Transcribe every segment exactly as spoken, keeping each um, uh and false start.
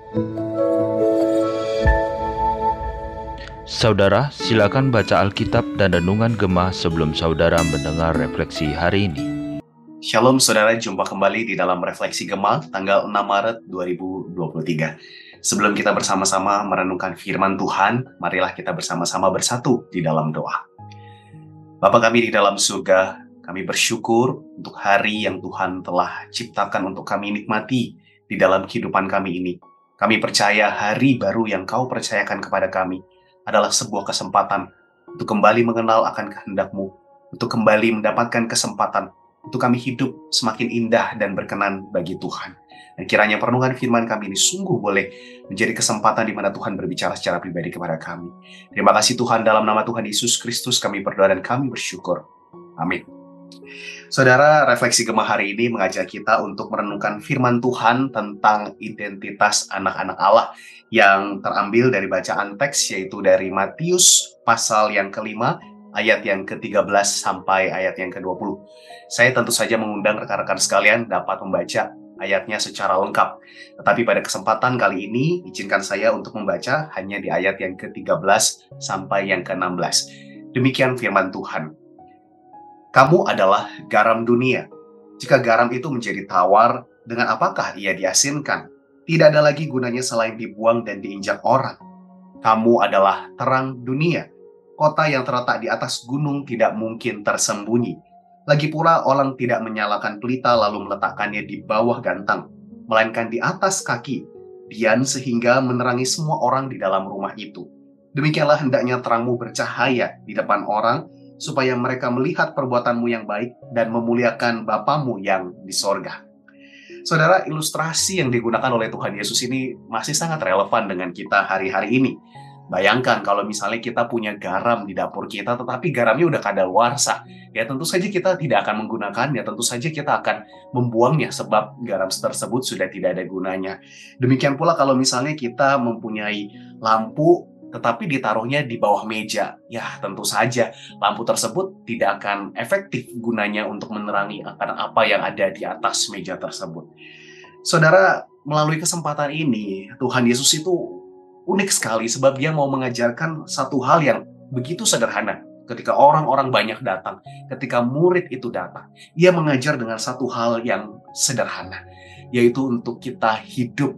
Saudara, silakan baca Alkitab dan Renungan Gemah sebelum saudara mendengar refleksi hari ini. Shalom saudara, jumpa kembali di dalam Refleksi Gemah tanggal enam Maret dua ribu dua puluh tiga. Sebelum kita bersama-sama merenungkan firman Tuhan, marilah kita bersama-sama bersatu di dalam doa. Bapa kami di dalam surga, kami bersyukur untuk hari yang Tuhan telah ciptakan untuk kami nikmati di dalam kehidupan kami ini. Kami percaya hari baru yang Kau percayakan kepada kami adalah sebuah kesempatan untuk kembali mengenal akan kehendak-Mu, untuk kembali mendapatkan kesempatan untuk kami hidup semakin indah dan berkenan bagi Tuhan. Dan kiranya perenungan firman kami ini sungguh boleh menjadi kesempatan di mana Tuhan berbicara secara pribadi kepada kami. Terima kasih Tuhan, dalam nama Tuhan Yesus Kristus kami berdoa dan kami bersyukur. Amin. Saudara, refleksi Gemah hari ini mengajak kita untuk merenungkan firman Tuhan tentang identitas anak-anak Allah yang terambil dari bacaan teks, yaitu dari Matius pasal yang kelima, ayat yang ke tiga belas sampai ayat yang ke dua puluh. Saya tentu saja mengundang rekan-rekan sekalian dapat membaca ayatnya secara lengkap. Tetapi pada kesempatan kali ini, izinkan saya untuk membaca hanya di ayat yang ke tiga belas sampai yang ke enam belas. Demikian firman Tuhan. Kamu adalah garam dunia. Jika garam itu menjadi tawar, dengan apakah ia diasinkan? Tidak ada lagi gunanya selain dibuang dan diinjak orang. Kamu adalah terang dunia. Kota yang terletak di atas gunung tidak mungkin tersembunyi. Lagi pula orang tidak menyalakan pelita lalu meletakkannya di bawah gantang, melainkan di atas kaki, dian sehingga menerangi semua orang di dalam rumah itu. Demikianlah hendaknya terangmu bercahaya di depan orang, supaya mereka melihat perbuatanmu yang baik dan memuliakan Bapamu yang di sorga. Saudara, ilustrasi yang digunakan oleh Tuhan Yesus ini masih sangat relevan dengan kita hari-hari ini. Bayangkan kalau misalnya kita punya garam di dapur kita, tetapi garamnya udah kadaluarsa. Ya tentu saja kita tidak akan menggunakannya, tentu saja kita akan membuangnya sebab garam tersebut sudah tidak ada gunanya. Demikian pula kalau misalnya kita mempunyai lampu, tetapi ditaruhnya di bawah meja, ya tentu saja lampu tersebut tidak akan efektif gunanya untuk menerangi akan apa yang ada di atas meja tersebut. Saudara, melalui kesempatan ini, Tuhan Yesus itu unik sekali sebab Dia mau mengajarkan satu hal yang begitu sederhana. Ketika orang-orang banyak datang, ketika murid itu datang, Ia mengajar dengan satu hal yang sederhana, yaitu untuk kita hidup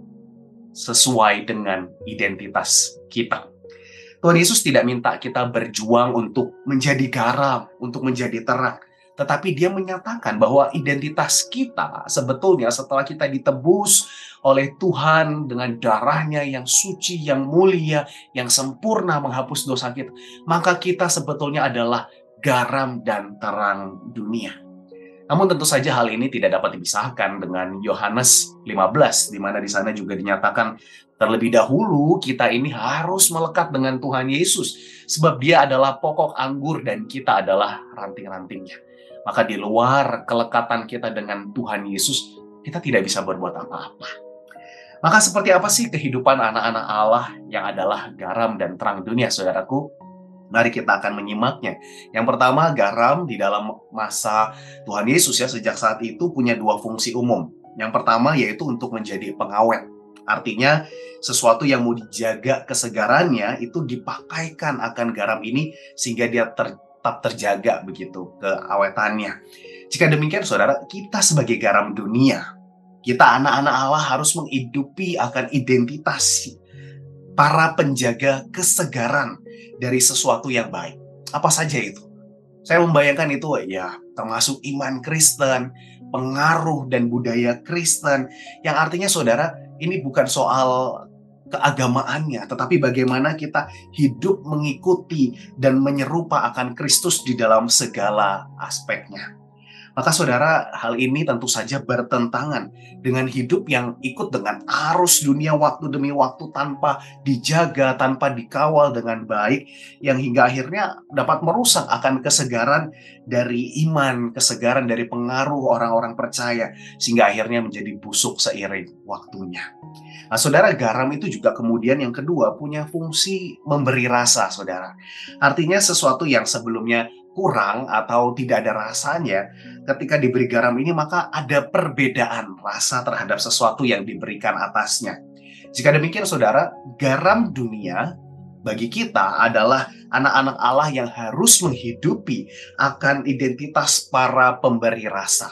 sesuai dengan identitas kita. Tuhan Yesus tidak minta kita berjuang untuk menjadi garam, untuk menjadi terang. Tetapi Dia menyatakan bahwa identitas kita sebetulnya setelah kita ditebus oleh Tuhan dengan darahnya yang suci, yang mulia, yang sempurna menghapus dosa kita, maka kita sebetulnya adalah garam dan terang dunia. Namun tentu saja hal ini tidak dapat dipisahkan dengan Yohanes lima belas, di mana di sana juga dinyatakan terlebih dahulu kita ini harus melekat dengan Tuhan Yesus, sebab Dia adalah pokok anggur dan kita adalah ranting-rantingnya. Maka di luar kelekatan kita dengan Tuhan Yesus, kita tidak bisa berbuat apa-apa. Maka seperti apa sih kehidupan anak-anak Allah yang adalah garam dan terang dunia, saudaraku? Mari kita akan menyimaknya. Yang pertama, garam di dalam masa Tuhan Yesus ya sejak saat itu punya dua fungsi umum. Yang pertama yaitu untuk menjadi pengawet. Artinya sesuatu yang mau dijaga kesegarannya itu dipakaikan akan garam ini sehingga dia ter, tetap terjaga begitu keawetannya. Jika demikian saudara, kita sebagai garam dunia, kita anak-anak Allah harus menghidupi akan identitas para penjaga kesegaran dari sesuatu yang baik. Apa saja itu? Saya membayangkan itu ya termasuk iman Kristen, pengaruh dan budaya Kristen, yang artinya saudara, ini bukan soal keagamaannya, tetapi bagaimana kita hidup mengikuti dan menyerupa akan Kristus di dalam segala aspeknya. Maka saudara, hal ini tentu saja bertentangan dengan hidup yang ikut dengan arus dunia waktu demi waktu tanpa dijaga, tanpa dikawal dengan baik, yang hingga akhirnya dapat merusak akan kesegaran dari iman, kesegaran dari pengaruh orang-orang percaya, sehingga akhirnya menjadi busuk seiring waktunya. Nah, saudara, garam itu juga kemudian yang kedua punya fungsi memberi rasa, saudara. Artinya sesuatu yang sebelumnya kurang atau tidak ada rasanya, ketika diberi garam ini maka ada perbedaan rasa terhadap sesuatu yang diberikan atasnya. Jika demikian saudara, garam dunia bagi kita adalah anak-anak Allah yang harus menghidupi akan identitas para pemberi rasa.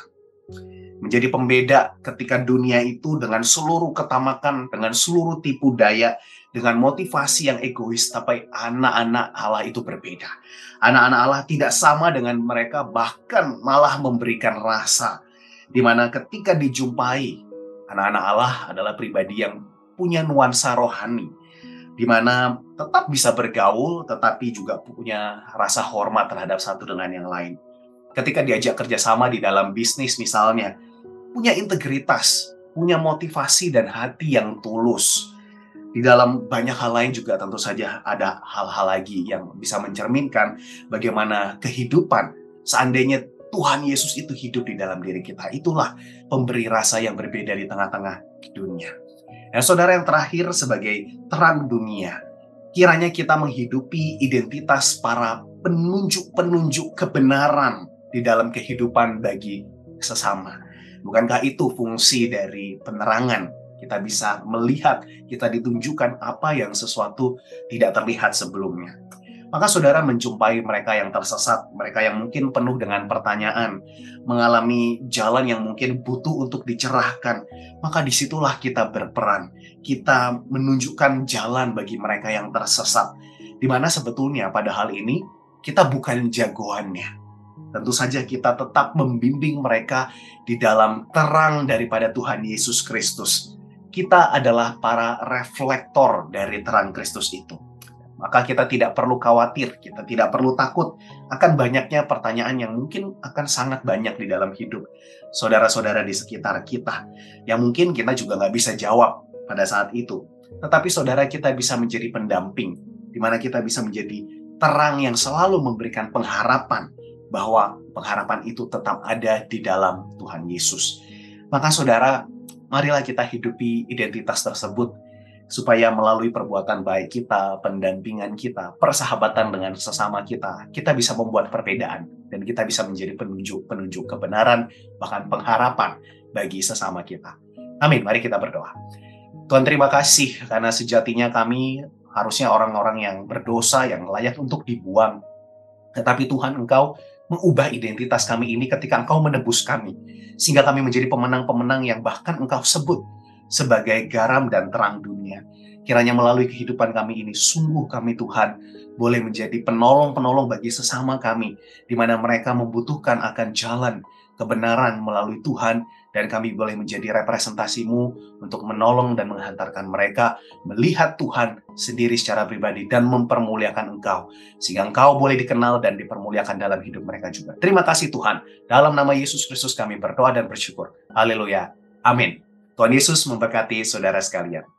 Menjadi pembeda ketika dunia itu dengan seluruh ketamakan, dengan seluruh tipu daya, dengan motivasi yang egois, tapi anak-anak Allah itu berbeda. Anak-anak Allah tidak sama dengan mereka, bahkan malah memberikan rasa. Di mana ketika dijumpai, anak-anak Allah adalah pribadi yang punya nuansa rohani, di mana tetap bisa bergaul, tetapi juga punya rasa hormat terhadap satu dengan yang lain. Ketika diajak kerjasama di dalam bisnis misalnya, punya integritas, punya motivasi dan hati yang tulus. Di dalam banyak hal lain juga tentu saja ada hal-hal lagi yang bisa mencerminkan bagaimana kehidupan seandainya Tuhan Yesus itu hidup di dalam diri kita. Itulah pemberi rasa yang berbeda di tengah-tengah dunia. Dan saudara, yang terakhir sebagai terang dunia, kiranya kita menghidupi identitas para penunjuk-penunjuk kebenaran di dalam kehidupan bagi sesama. Bukankah itu fungsi dari penerangan? Kita bisa melihat, kita ditunjukkan apa yang sesuatu tidak terlihat sebelumnya. Maka saudara menjumpai mereka yang tersesat, mereka yang mungkin penuh dengan pertanyaan, mengalami jalan yang mungkin butuh untuk dicerahkan, maka disitulah kita berperan. Kita menunjukkan jalan bagi mereka yang tersesat, di mana sebetulnya pada hal ini kita bukan jagoannya. Tentu saja kita tetap membimbing mereka di dalam terang daripada Tuhan Yesus Kristus. Kita adalah para reflektor dari terang Kristus itu. Maka kita tidak perlu khawatir, kita tidak perlu takut akan banyaknya pertanyaan yang mungkin akan sangat banyak di dalam hidup saudara-saudara di sekitar kita, yang mungkin kita juga nggak bisa jawab pada saat itu. Tetapi saudara, kita bisa menjadi pendamping, di mana kita bisa menjadi terang yang selalu memberikan pengharapan, bahwa pengharapan itu tetap ada di dalam Tuhan Yesus. Maka saudara, marilah kita hidupi identitas tersebut, supaya melalui perbuatan baik kita, pendampingan kita, persahabatan dengan sesama kita, kita bisa membuat perbedaan dan kita bisa menjadi penunjuk-penunjuk kebenaran, bahkan pengharapan bagi sesama kita. Amin. Mari kita berdoa. Tuhan, terima kasih karena sejatinya kami harusnya orang-orang yang berdosa, yang layak untuk dibuang. Tetapi Tuhan, Engkau mengubah identitas kami ini ketika Engkau menebus kami, sehingga kami menjadi pemenang-pemenang yang bahkan Engkau sebut sebagai garam dan terang dunia. Kiranya melalui kehidupan kami ini, sungguh kami Tuhan boleh menjadi penolong-penolong bagi sesama kami, di mana mereka membutuhkan akan jalan kebenaran melalui Tuhan, dan kami boleh menjadi representasi-Mu untuk menolong dan menghantarkan mereka melihat Tuhan sendiri secara pribadi dan mempermuliakan Engkau, sehingga Engkau boleh dikenal dan dipermuliakan dalam hidup mereka juga. Terima kasih Tuhan. Dalam nama Yesus Kristus kami berdoa dan bersyukur. Haleluya. Amin. Tuhan Yesus memberkati saudara sekalian.